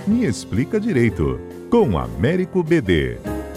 Me Explica Direito, com Américo BD.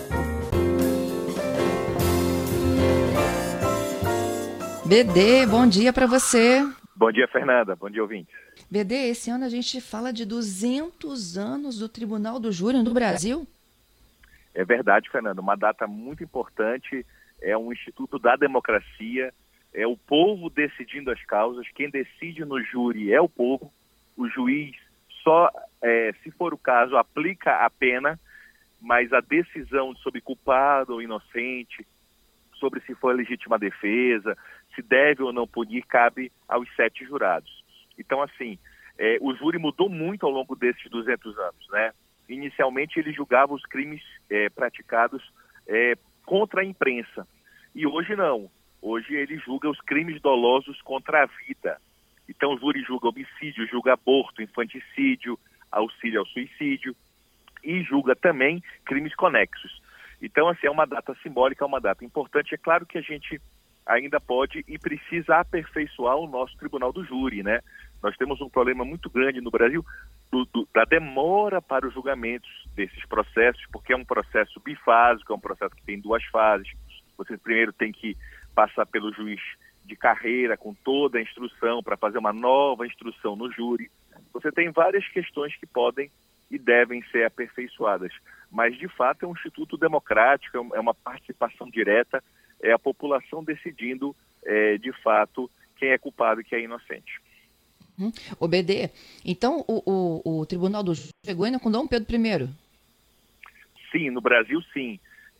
BD, bom dia para você. Bom dia, Fernanda. Bom dia, ouvintes. BD, esse ano a gente fala de 200 anos do Tribunal do Júri no Brasil. É verdade, Fernanda. Uma data muito importante, é um instituto da democracia, é o povo decidindo as causas, quem decide no júri é o povo, o juiz só, se for o caso, aplica a pena, mas a decisão sobre culpado ou inocente, sobre se foi legítima defesa, se deve ou não punir, cabe aos 7 jurados. Então, assim, o júri mudou muito ao longo desses 200 anos, né? Inicialmente, ele julgava os crimes praticados contra a imprensa. E hoje não. Hoje ele julga os crimes dolosos contra a vida. Então, o júri julga homicídio, julga aborto, infanticídio, auxílio ao suicídio e julga também crimes conexos. Então, assim, é uma data simbólica, é uma data importante. É claro que a gente ainda pode e precisa aperfeiçoar o nosso tribunal do júri, né? Nós temos um problema muito grande no Brasil da demora para os julgamentos desses processos, porque é um processo bifásico, é um processo que tem 2 fases. Você primeiro tem que passar pelo juiz de carreira com toda a instrução para fazer uma nova instrução no júri. Você tem várias questões que podem e devem ser aperfeiçoadas. Mas, de fato, é um instituto democrático, é uma participação direta, é a população decidindo, de fato, quem é culpado e quem é inocente. O BD, então o Tribunal do Júri chegou ainda com Dom Pedro I? Sim, no Brasil, sim.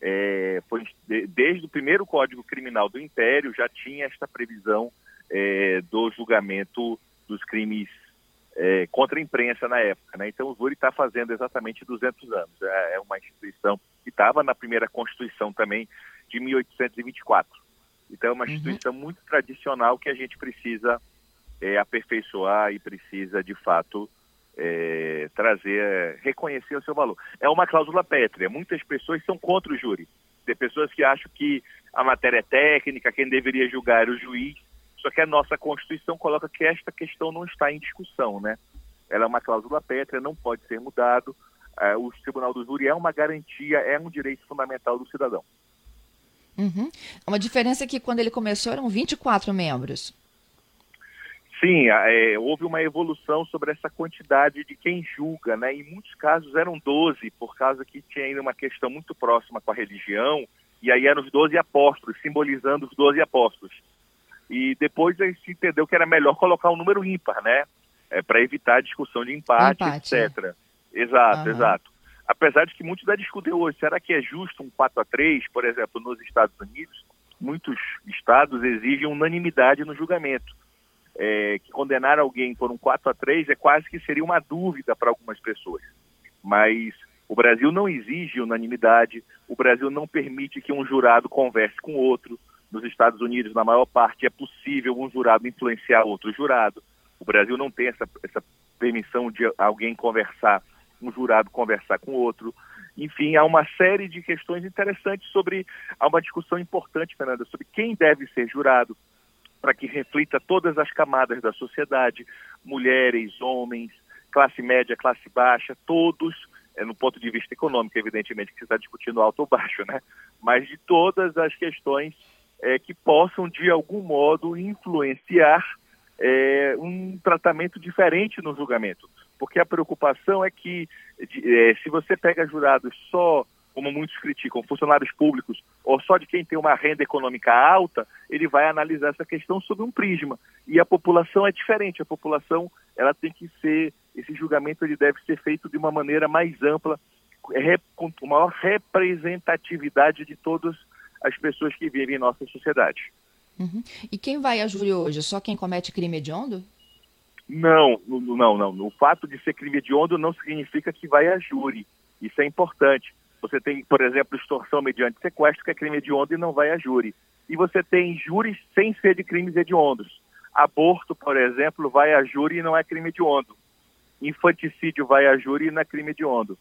Desde o primeiro Código Criminal do Império já tinha esta previsão do julgamento dos crimes contra a imprensa na época, né? Então o júri está fazendo exatamente 200 anos. É uma instituição que estava na primeira Constituição também de 1824. Então é uma instituição muito tradicional que a gente precisa aperfeiçoar e precisa, de fato, reconhecer o seu valor. É uma cláusula pétrea. Muitas pessoas são contra o júri. Tem pessoas que acham que a matéria é técnica, quem deveria julgar é o juiz. Só que a nossa Constituição coloca que esta questão não está em discussão, né? Ela é uma cláusula pétrea, não pode ser mudado. O Tribunal do Júri é uma garantia, é um direito fundamental do cidadão. Uma diferença é que quando ele começou eram 24 membros. Sim, houve uma evolução sobre essa quantidade de quem julga, né? Em muitos casos eram 12, por causa que tinha ainda uma questão muito próxima com a religião, e aí eram os 12 apóstolos, simbolizando os 12 apóstolos. E depois se entendeu que era melhor colocar um número ímpar, né? Para evitar a discussão de empate, etc. Exato. Apesar de que muitos ainda discutem hoje, será que é justo um 4-3, por exemplo, nos Estados Unidos? Muitos estados exigem unanimidade no julgamento. Que condenar alguém por um 4-3 é quase que seria uma dúvida para algumas pessoas. Mas o Brasil não exige unanimidade, o Brasil não permite que um jurado converse com outro. Nos Estados Unidos, na maior parte, é possível um jurado influenciar outro jurado. O Brasil não tem essa permissão de um jurado conversar com outro. Enfim, há uma série de questões interessantes há uma discussão importante, Fernanda, sobre quem deve ser jurado, para que reflita todas as camadas da sociedade, mulheres, homens, classe média, classe baixa, todos, no ponto de vista econômico, evidentemente, que você está discutindo alto ou baixo, né? Mas de todas as questões que possam, de algum modo, influenciar um tratamento diferente no julgamento. Porque a preocupação é que, se você pega jurados só, como muitos criticam, funcionários públicos, ou só de quem tem uma renda econômica alta, ele vai analisar essa questão sob um prisma. E a população é diferente. A população, ela tem que ser, esse julgamento ele deve ser feito de uma maneira mais ampla, com maior representatividade de todas as pessoas que vivem em nossa sociedade. E quem vai a júri hoje? Só quem comete crime hediondo? Não. O fato de ser crime hediondo não significa que vai a júri. Isso é importante. Você tem, por exemplo, extorsão mediante sequestro, que é crime hediondo e não vai a júri. E você tem júris sem ser de crimes hediondos. Aborto, por exemplo, vai a júri e não é crime hediondo. Infanticídio vai a júri e não é crime hediondo.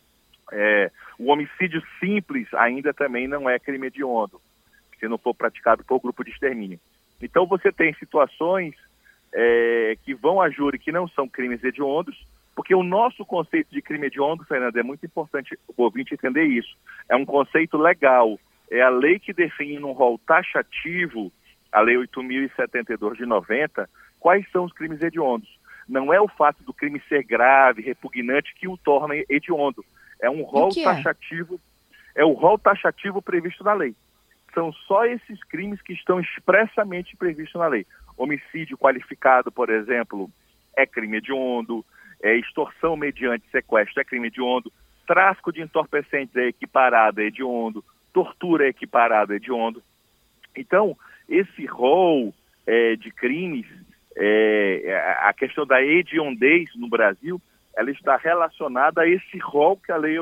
O homicídio simples ainda também não é crime hediondo, se não for praticado por grupo de extermínio. Então você tem situações que vão a júri que não são crimes hediondos, Porque o nosso conceito de crime hediondo, Fernando, é muito importante o ouvinte entender isso. É um conceito legal, é a lei que define num rol taxativo, a Lei 8.072 de 90, quais são os crimes hediondos. Não é o fato do crime ser grave, repugnante, que o torna hediondo. É um rol taxativo, é o rol taxativo previsto na lei. São só esses crimes que estão expressamente previstos na lei. Homicídio qualificado, por exemplo, é crime hediondo, extorsão mediante sequestro é crime hediondo, tráfico de entorpecentes é equiparado, é hediondo, tortura é equiparado, é hediondo. Então, esse rol de crimes, a questão da hediondez no Brasil, ela está relacionada a esse rol que a Lei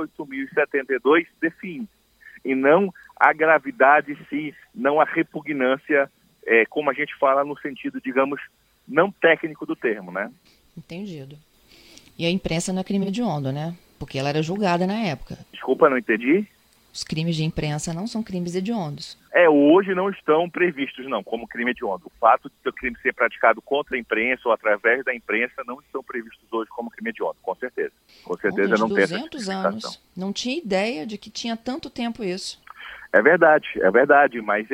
8.072 define, e não a gravidade em si, não a repugnância, como a gente fala no sentido, digamos, não técnico do termo, né? Entendido. E a imprensa não é crime hediondo, né? Porque ela era julgada na época. Desculpa, não entendi. Os crimes de imprensa não são crimes hediondos. Hoje não estão previstos, não, como crime hediondo. O fato de o crime ser praticado contra a imprensa ou através da imprensa não estão previstos hoje como crime hediondo, com certeza. Com certeza não tem essa 200 anos. Não tinha ideia de que tinha tanto tempo isso. É verdade, mas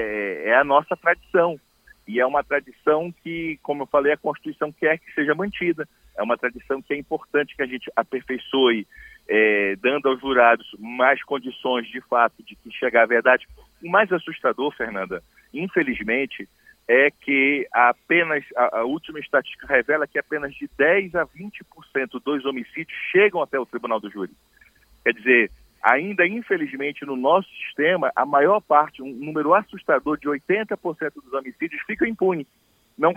é a nossa tradição. E é uma tradição que, como eu falei, a Constituição quer que seja mantida. É uma tradição que é importante que a gente aperfeiçoe, dando aos jurados mais condições, de fato, de que chegar à verdade. O mais assustador, Fernanda, infelizmente, é que apenas a última estatística revela que apenas de 10% a 20% dos homicídios chegam até o tribunal do júri. Quer dizer, ainda infelizmente no nosso sistema, a maior parte, um número assustador de 80% dos homicídios ficam impunes. Não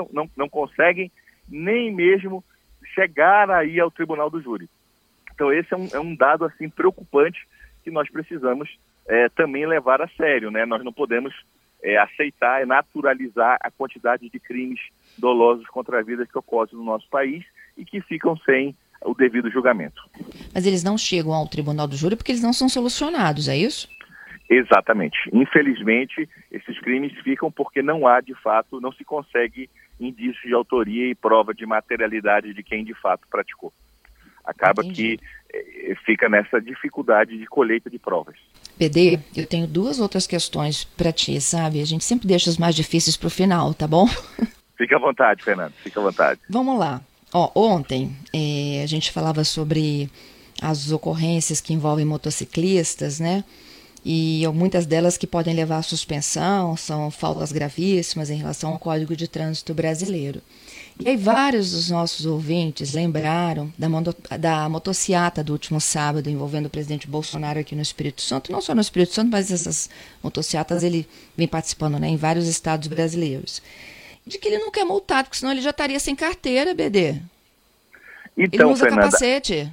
conseguem nem mesmo chegar aí ao tribunal do júri. Então esse é um dado assim preocupante que nós precisamos também levar a sério, né? Nós não podemos aceitar e naturalizar a quantidade de crimes dolosos contra a vida que ocorrem no nosso país e que ficam sem o devido julgamento. Mas eles não chegam ao tribunal do júri porque eles não são solucionados, é isso? Exatamente. Infelizmente, esses crimes ficam porque não há, de fato, não se consegue indício de autoria e prova de materialidade de quem, de fato, praticou. Acaba Entendi. Que fica nessa dificuldade de colheita de provas. PD, eu tenho duas outras questões para ti, sabe? A gente sempre deixa as mais difíceis para o final, tá bom? Fica à vontade, Fernando, fica à vontade. Vamos lá. Ontem a gente falava sobre as ocorrências que envolvem motociclistas, né? E muitas delas que podem levar à suspensão, são faltas gravíssimas em relação ao Código de Trânsito brasileiro. E aí vários dos nossos ouvintes lembraram da motociata do último sábado envolvendo o presidente Bolsonaro aqui no Espírito Santo, não só no Espírito Santo, mas essas motociatas ele vem participando, né, em vários estados brasileiros. De que ele não quer multado, porque senão ele já estaria sem carteira, BD. Então, ele não usa Fernanda, capacete.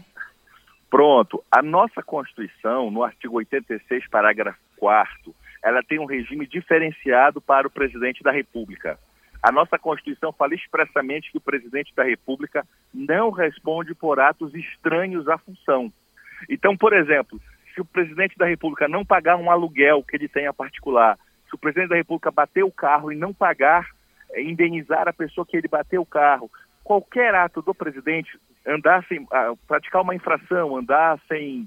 Pronto. A nossa Constituição, no artigo 86, parágrafo 4º, ela tem um regime diferenciado para o presidente da República. A nossa Constituição fala expressamente que o presidente da República não responde por atos estranhos à função. Então, por exemplo, se o presidente da República não pagar um aluguel que ele tenha particular, se o presidente da República bater o carro e não pagar, indenizar a pessoa que ele bateu o carro, qualquer ato do presidente, praticar uma infração, andar sem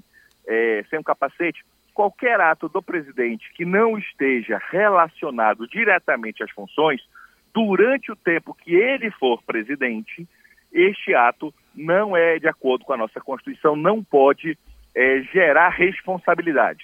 um capacete, qualquer ato do presidente que não esteja relacionado diretamente às funções, durante o tempo que ele for presidente, este ato não é de acordo com a nossa Constituição, não pode gerar responsabilidade.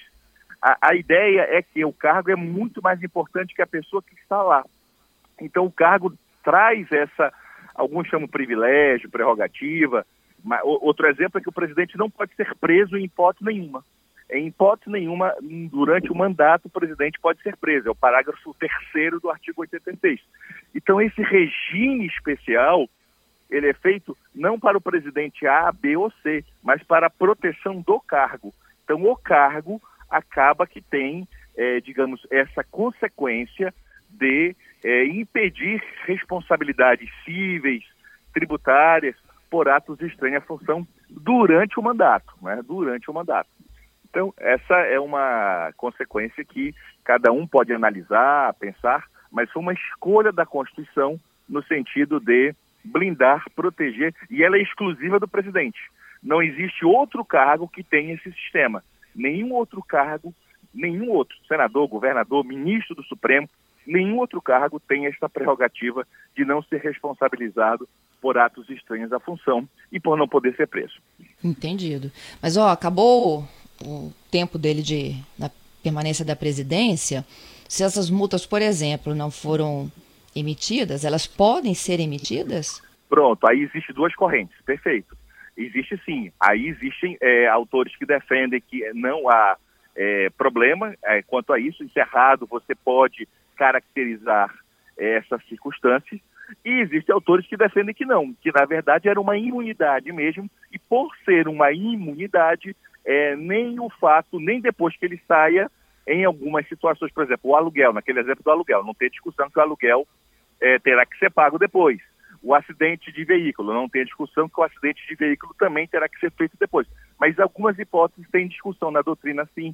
A ideia é que o cargo é muito mais importante que a pessoa que está lá. Então o cargo traz alguns chamam privilégio, prerrogativa, mas outro exemplo é que o presidente não pode ser preso em hipótese nenhuma. Em hipótese nenhuma, durante o mandato, o presidente pode ser preso. É o parágrafo 3º do artigo 86. Então, esse regime especial, ele é feito não para o presidente A, B ou C, mas para a proteção do cargo. Então, o cargo acaba que tem, digamos, essa consequência de impedir responsabilidades cíveis, tributárias, por atos estranhos à função durante o mandato, né? Durante o mandato. Então, essa é uma consequência que cada um pode analisar, pensar, mas foi uma escolha da Constituição no sentido de blindar, proteger, e ela é exclusiva do presidente. Não existe outro cargo que tenha esse sistema. Nenhum outro cargo, nenhum outro senador, governador, ministro do Supremo, nenhum outro cargo tem esta prerrogativa de não ser responsabilizado por atos estranhos à função e por não poder ser preso. Entendido. Mas, acabou o tempo dele na permanência da presidência. Se essas multas, por exemplo, não foram emitidas, elas podem ser emitidas? Pronto, aí existem duas correntes, perfeito. Existe sim, aí existem autores que defendem que não há problema quanto a isso, isso é errado, você pode caracterizar essa circunstância, e existem autores que defendem que não, que na verdade era uma imunidade mesmo, e por ser uma imunidade, nem o fato, nem depois que ele saia, em algumas situações, por exemplo, o aluguel, naquele exemplo do aluguel, não tem discussão que o aluguel terá que ser pago depois. O acidente de veículo, não tem discussão que o acidente de veículo também terá que ser feito depois. Mas algumas hipóteses têm discussão na doutrina, sim,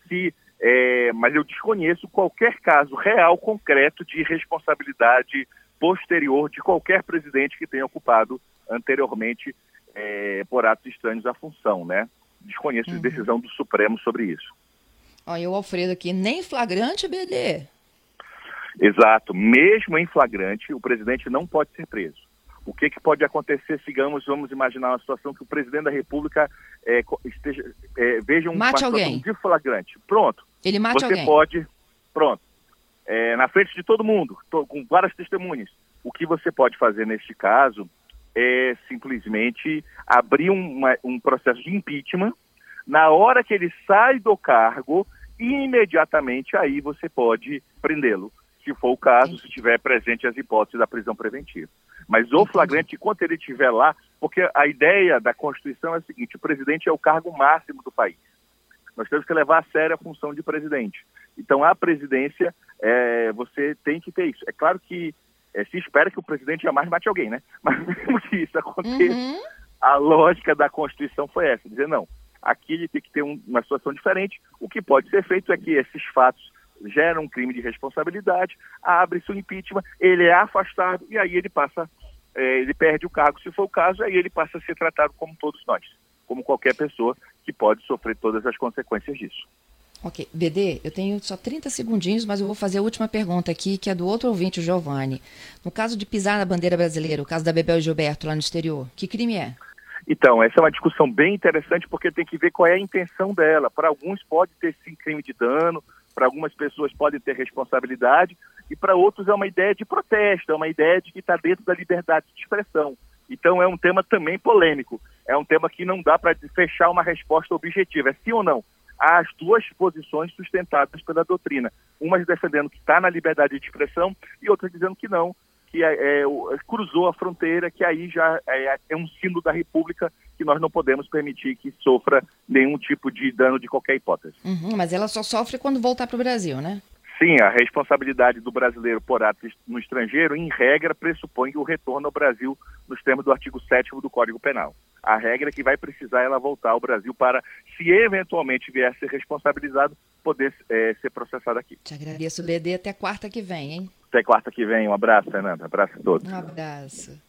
mas eu desconheço qualquer caso real, concreto, de responsabilidade posterior de qualquer presidente que tenha ocupado anteriormente por atos estranhos à função, né? Desconheço a decisão do Supremo sobre isso. Olha, o Alfredo aqui, nem flagrante, BD. Exato. Mesmo em flagrante, o presidente não pode ser preso. O que pode acontecer, vamos imaginar uma situação que o presidente da República veja uma situação de flagrante. Pronto. Ele mate alguém. Você pode, pronto, na frente de todo mundo, com várias testemunhas. O que você pode fazer neste caso é simplesmente abrir um processo de impeachment. Na hora que ele sai do cargo, imediatamente aí você pode prendê-lo, se for o caso, se tiver presente as hipóteses da prisão preventiva. Mas o flagrante, enquanto ele estiver lá, porque a ideia da Constituição é a seguinte: o presidente é o cargo máximo do país. Nós temos que levar a sério a função de presidente. Então, a presidência, você tem que ter isso. É claro que se espera que o presidente jamais mate alguém, né? Mas mesmo que isso aconteça, a lógica da Constituição foi essa, dizer não. Aqui ele tem que ter uma situação diferente. O que pode ser feito é que esses fatos geram um crime de responsabilidade, abre-se o impeachment, ele é afastado e aí ele ele perde o cargo, se for o caso, aí ele passa a ser tratado como todos nós, como qualquer pessoa que pode sofrer todas as consequências disso. Ok. BD, eu tenho só 30 segundinhos, mas eu vou fazer a última pergunta aqui, que é do outro ouvinte, o Giovanni. No caso de pisar na bandeira brasileira, o caso da Bebel Gilberto lá no exterior, que crime é? Então, essa é uma discussão bem interessante, porque tem que ver qual é a intenção dela. Para alguns pode ter sim crime de dano, para algumas pessoas pode ter responsabilidade, e para outros é uma ideia de protesto, é uma ideia de que está dentro da liberdade de expressão. Então é um tema também polêmico, é um tema que não dá para fechar uma resposta objetiva, é sim ou não. Há as duas posições sustentadas pela doutrina, umas defendendo que está na liberdade de expressão e outras dizendo que não, que cruzou a fronteira, que aí já é um símbolo da República que nós não podemos permitir que sofra nenhum tipo de dano de qualquer hipótese. Mas ela só sofre quando voltar para o Brasil, né? Sim, a responsabilidade do brasileiro por atos no estrangeiro, em regra, pressupõe o retorno ao Brasil nos termos do artigo 7º do Código Penal. A regra é que vai precisar ela voltar ao Brasil para, se eventualmente vier a ser responsabilizado, poder ser processado aqui. Te agradeço, BD. Até quarta que vem, hein? Até quarta que vem. Um abraço, Fernanda. Um abraço a todos. Um abraço.